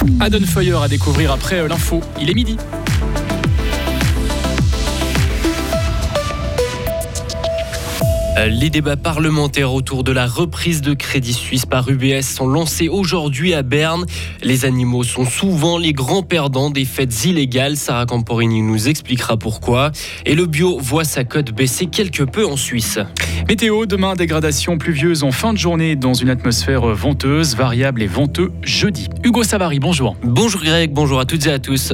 Adam Feuer à découvrir après l'info. Il est midi. Les débats parlementaires autour de la reprise de Crédit Suisse par UBS sont lancés aujourd'hui à Berne. Les animaux sont souvent les grands perdants des fêtes illégales. Sarah Camporini nous expliquera pourquoi. Et le bio voit sa cote baisser quelque peu en Suisse. Météo, demain, dégradation pluvieuse en fin de journée dans une atmosphère venteuse, variable et venteux jeudi. Hugo Savary, bonjour. Bonjour Greg, bonjour à toutes et à tous.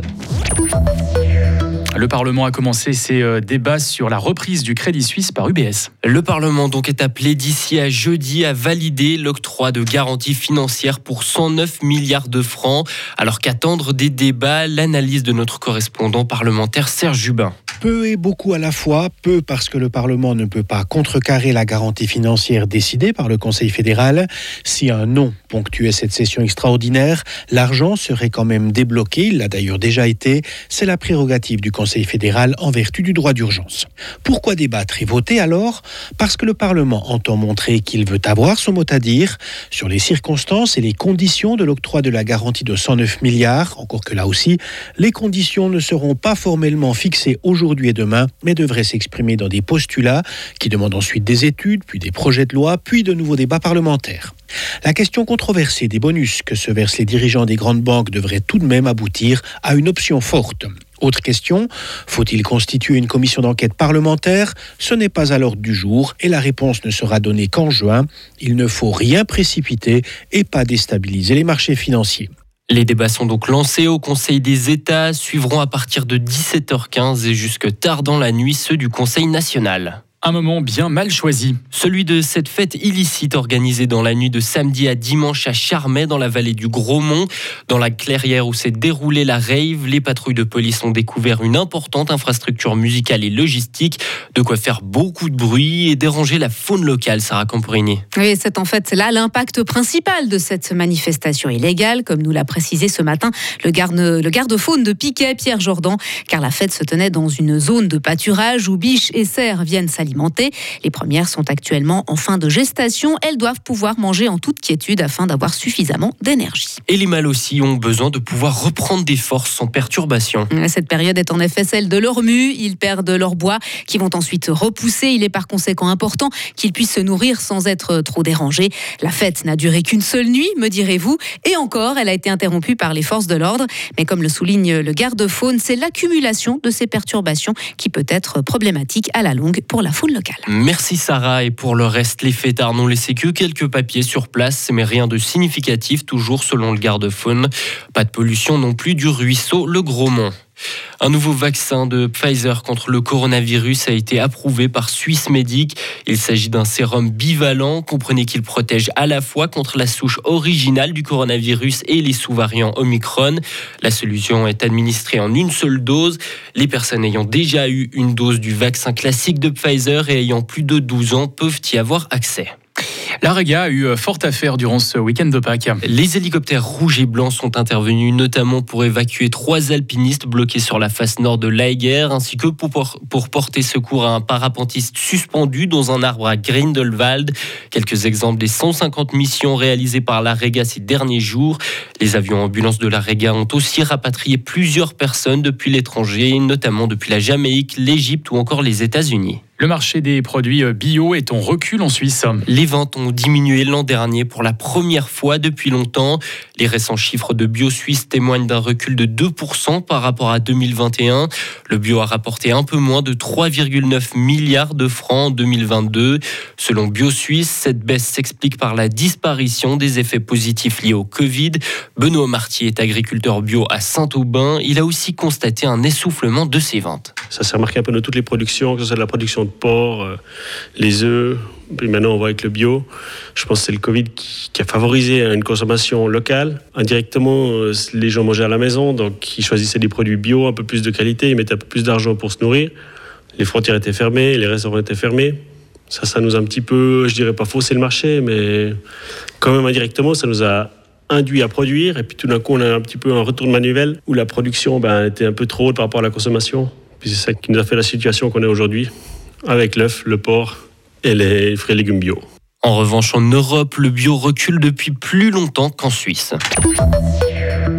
Le Parlement a commencé ses débats sur la reprise du Crédit Suisse par UBS. Le Parlement donc est appelé d'ici à jeudi à valider l'octroi de garanties financières pour 109 milliards de francs. Alors qu'attendre des débats, l'analyse de notre correspondant parlementaire Serge Jubin. Peu et beaucoup à la fois, peu parce que le Parlement ne peut pas contrecarrer la garantie financière décidée par le Conseil fédéral. Si un non ponctuait cette session extraordinaire, l'argent serait quand même débloqué, il l'a d'ailleurs déjà été, c'est la prérogative du Conseil fédéral en vertu du droit d'urgence. Pourquoi débattre et voter alors ? Parce que le Parlement entend montrer qu'il veut avoir son mot à dire sur les circonstances et les conditions de l'octroi de la garantie de 109 milliards, encore que là aussi, les conditions ne seront pas formellement fixées aujourd'hui et demain, mais devrait s'exprimer dans des postulats qui demandent ensuite des études, puis des projets de loi, puis de nouveaux débats parlementaires. La question controversée des bonus que se versent les dirigeants des grandes banques devrait tout de même aboutir à une option forte. Autre question, faut-il constituer une commission d'enquête parlementaire ? Ce n'est pas à l'ordre du jour et la réponse ne sera donnée qu'en juin. Il ne faut rien précipiter et pas déstabiliser les marchés financiers. Les débats sont donc lancés au Conseil des États, suivront à partir de 17h15 et jusque tard dans la nuit ceux du Conseil national. Un moment bien mal choisi. Celui de cette fête illicite organisée dans la nuit de samedi à dimanche à Charmey, dans la vallée du Gros-Mont. Dans la clairière où s'est déroulée la rave, les patrouilles de police ont découvert une importante infrastructure musicale et logistique, de quoi faire beaucoup de bruit et déranger la faune locale, Sarah Camporini. Oui, c'est en fait là l'impact principal de cette manifestation illégale, comme nous l'a précisé ce matin le garde-faune de Piquet, Pierre Jordan, car la fête se tenait dans une zone de pâturage où biches et cerfs viennent s'alimenter. Les premières sont actuellement en fin de gestation. Elles doivent pouvoir manger en toute quiétude afin d'avoir suffisamment d'énergie. Et les mâles aussi ont besoin de pouvoir reprendre des forces sans perturbation. Cette période est en effet celle de leur mue. Ils perdent leur bois qui vont ensuite repousser. Il est par conséquent important qu'ils puissent se nourrir sans être trop dérangés. La fête n'a duré qu'une seule nuit, me direz-vous. Et encore, elle a été interrompue par les forces de l'ordre. Mais comme le souligne le garde-faune, c'est l'accumulation de ces perturbations qui peut être problématique à la longue pour la faune locale. Merci Sarah. Et pour le reste, les fêtards n'ont laissé que quelques papiers sur place, mais rien de significatif, toujours selon le garde-faune. Pas de pollution non plus du ruisseau Le Gros-Mont. Un nouveau vaccin de Pfizer contre le coronavirus a été approuvé par Swissmedic. Il s'agit d'un sérum bivalent. Comprenez qu'il protège à la fois contre la souche originale du coronavirus et les sous-variants Omicron. La solution est administrée en une seule dose. Les personnes ayant déjà eu une dose du vaccin classique de Pfizer et ayant plus de 12 ans peuvent y avoir accès. La Rega a eu forte affaire durant ce week-end de Pâques. Les hélicoptères rouges et blancs sont intervenus notamment pour évacuer 3 alpinistes bloqués sur la face nord de l'Eiger, ainsi que pour porter secours à un parapentiste suspendu dans un arbre à Grindelwald. Quelques exemples des 150 missions réalisées par la Rega ces derniers jours. Les avions ambulances de la Rega ont aussi rapatrié plusieurs personnes depuis l'étranger, notamment depuis la Jamaïque, l'Égypte ou encore les États-Unis. Le marché des produits bio est en recul en Suisse. Les ventes ont diminué l'an dernier pour la première fois depuis longtemps. Les récents chiffres de Bio Suisse témoignent d'un recul de 2% par rapport à 2021. Le bio a rapporté un peu moins de 3,9 milliards de francs en 2022. Selon Bio Suisse, cette baisse s'explique par la disparition des effets positifs liés au Covid. Benoît Martier est agriculteur bio à Saint-Aubin. Il a aussi constaté un essoufflement de ses ventes. Ça s'est remarqué un peu dans toutes les productions, que ce soit de la production de porc, les œufs, puis maintenant on voit avec le bio. Je pense que c'est le Covid qui a favorisé une consommation locale. Indirectement, les gens mangeaient à la maison, donc ils choisissaient des produits bio, un peu plus de qualité, ils mettaient un peu plus d'argent pour se nourrir. Les frontières étaient fermées, les restaurants étaient fermés. Ça nous a un petit peu, je dirais pas faussé le marché, mais quand même indirectement, ça nous a induit à produire. Et puis tout d'un coup, on a un petit peu un retour de manivelle où la production était un peu trop haute par rapport à la consommation. Puis c'est ça qui nous a fait la situation qu'on a aujourd'hui, avec l'œuf, le porc et les fruits et légumes bio. En revanche, en Europe, le bio recule depuis plus longtemps qu'en Suisse.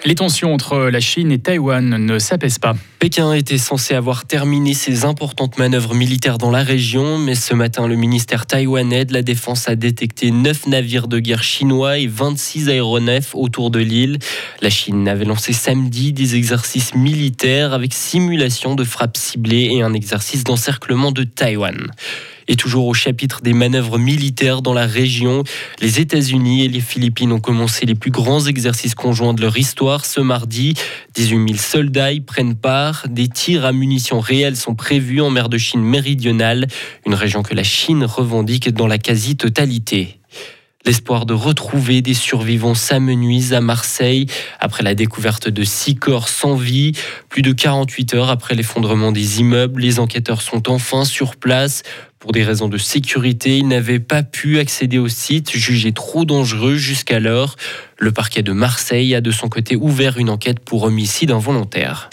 Les tensions entre la Chine et Taïwan ne s'apaisent pas. Pékin était censé avoir terminé ses importantes manœuvres militaires dans la région, mais ce matin, le ministère taïwanais de la Défense a détecté 9 navires de guerre chinois et 26 aéronefs autour de l'île. La Chine avait lancé samedi des exercices militaires avec simulation de frappes ciblées et un exercice d'encerclement de Taïwan. Et toujours au chapitre des manœuvres militaires dans la région, les États-Unis et les Philippines ont commencé les plus grands exercices conjoints de leur histoire ce mardi. 18 000 soldats y prennent part. Des tirs à munitions réelles sont prévus en mer de Chine méridionale, une région que la Chine revendique dans la quasi-totalité. L'espoir de retrouver des survivants s'amenuise à Marseille après la découverte de 6 corps sans vie. Plus de 48 heures après l'effondrement des immeubles, les enquêteurs sont enfin sur place. Pour des raisons de sécurité, ils n'avaient pas pu accéder au site, jugé trop dangereux jusqu'alors. Le parquet de Marseille a de son côté ouvert une enquête pour homicide involontaire.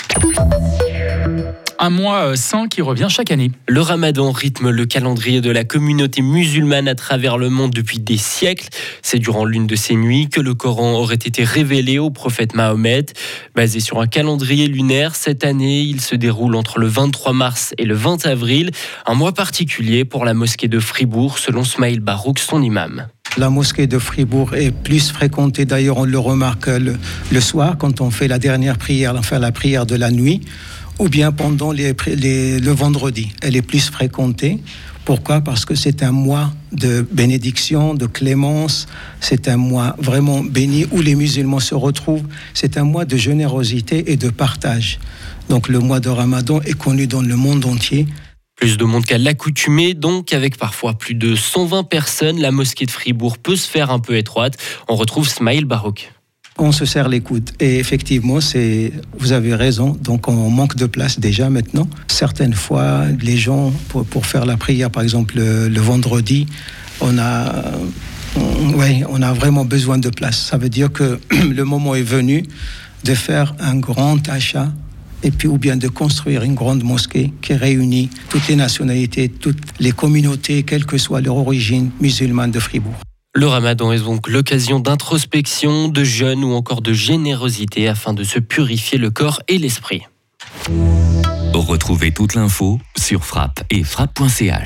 Un mois saint qui revient chaque année. Le Ramadan rythme le calendrier de la communauté musulmane à travers le monde depuis des siècles. C'est durant l'une de ces nuits que le Coran aurait été révélé au prophète Mahomet. Basé sur un calendrier lunaire, cette année, il se déroule entre le 23 mars et le 20 avril. Un mois particulier pour la mosquée de Fribourg, selon Smaïl Barouk, son imam. La mosquée de Fribourg est plus fréquentée, d'ailleurs on le remarque le soir quand on fait la dernière prière, enfin la prière de la nuit, ou bien pendant le vendredi. Elle est plus fréquentée. Pourquoi ? Parce que c'est un mois de bénédiction, de clémence, c'est un mois vraiment béni où les musulmans se retrouvent, c'est un mois de générosité et de partage. Donc le mois de Ramadan est connu dans le monde entier. Plus de monde qu'à l'accoutumée, donc avec parfois plus de 120 personnes, la mosquée de Fribourg peut se faire un peu étroite. On retrouve Smaïl Barouk. On se serre les coudes et effectivement, vous avez raison, donc on manque de place déjà maintenant. Certaines fois, les gens, pour faire la prière, par exemple le vendredi, on a vraiment besoin de place. Ça veut dire que le moment est venu de faire un grand achat et puis ou bien de construire une grande mosquée qui réunit toutes les nationalités, toutes les communautés, quelle que soit leur origine musulmane de Fribourg. Le Ramadan est donc l'occasion d'introspection, de jeûne ou encore de générosité afin de se purifier le corps et l'esprit. Retrouvez toute l'info sur frappe et frappe.ch.